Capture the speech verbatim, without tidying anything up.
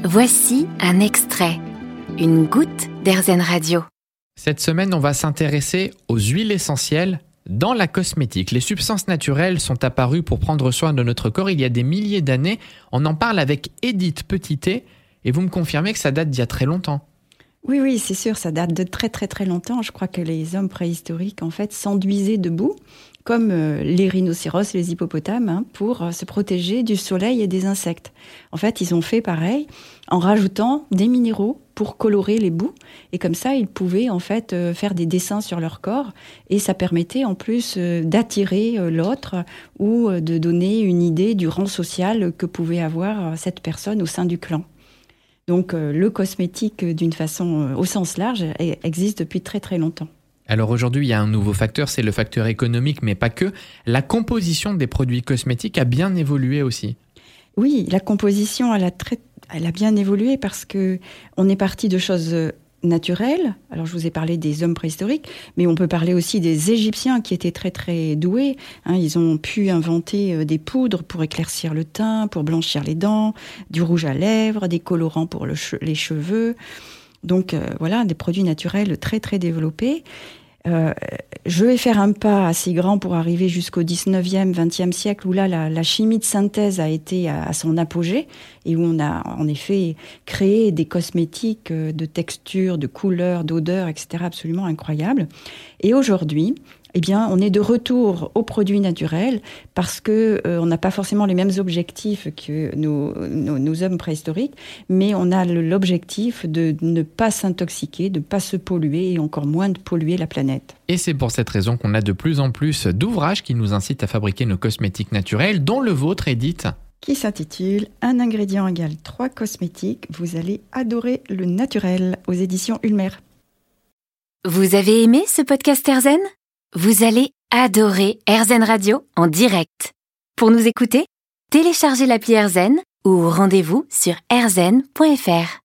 Voici un extrait, une goutte d'Airzen Radio. Cette semaine, on va s'intéresser aux huiles essentielles dans la cosmétique. Les substances naturelles sont apparues pour prendre soin de notre corps il y a des milliers d'années. On en parle avec Édith Petitet et vous me confirmez que ça date d'il y a très longtemps. Oui, oui, c'est sûr, ça date de très très très longtemps. Je crois que les hommes préhistoriques, en fait, s'enduisaient de boue, comme euh, les rhinocéros et les hippopotames, hein, pour euh, se protéger du soleil et des insectes. En fait, ils ont fait pareil en rajoutant des minéraux pour colorer les boues. Et comme ça, ils pouvaient en fait euh, faire des dessins sur leur corps. Et ça permettait en plus euh, d'attirer euh, l'autre ou euh, de donner une idée du rang social que pouvait avoir euh, cette personne au sein du clan. Donc euh, le cosmétique, d'une façon euh, au sens large, existe depuis très très longtemps. Alors aujourd'hui, il y a un nouveau facteur, c'est le facteur économique, mais pas que. La composition des produits cosmétiques a bien évolué aussi. Oui, la composition, elle a, très, elle a bien évolué parce que on est parti de choses naturelles. Alors je vous ai parlé des hommes préhistoriques, mais on peut parler aussi des Égyptiens qui étaient très très doués. Hein, ils ont pu inventer des poudres pour éclaircir le teint, pour blanchir les dents, du rouge à lèvres, des colorants pour le che- les cheveux. Donc euh, voilà, des produits naturels très très développés. Euh, je vais faire un pas assez grand pour arriver jusqu'au dix-neuvième, vingtième siècle où là la, la chimie de synthèse a été à, à son apogée et où on a en effet créé des cosmétiques de texture, de couleur, d'odeur, et cetera absolument incroyables. Et aujourd'hui, eh bien, on est de retour aux produits naturels parce que euh, on n'a pas forcément les mêmes objectifs que nos, nos, nos hommes préhistoriques, mais on a l'objectif de ne pas s'intoxiquer, de ne pas se polluer et encore moins de polluer la planète. Et c'est pour cette raison qu'on a de plus en plus d'ouvrages qui nous incitent à fabriquer nos cosmétiques naturels, dont le vôtre, Édith. Qui s'intitule « Un ingrédient égale trois cosmétiques, vous allez adorer le naturel » aux éditions Ulmer. Vous avez aimé ce podcast Airzen ? Vous allez adorer Airzen Radio en direct. Pour nous écouter, téléchargez l'appli Airzen ou rendez-vous sur airzen point f r.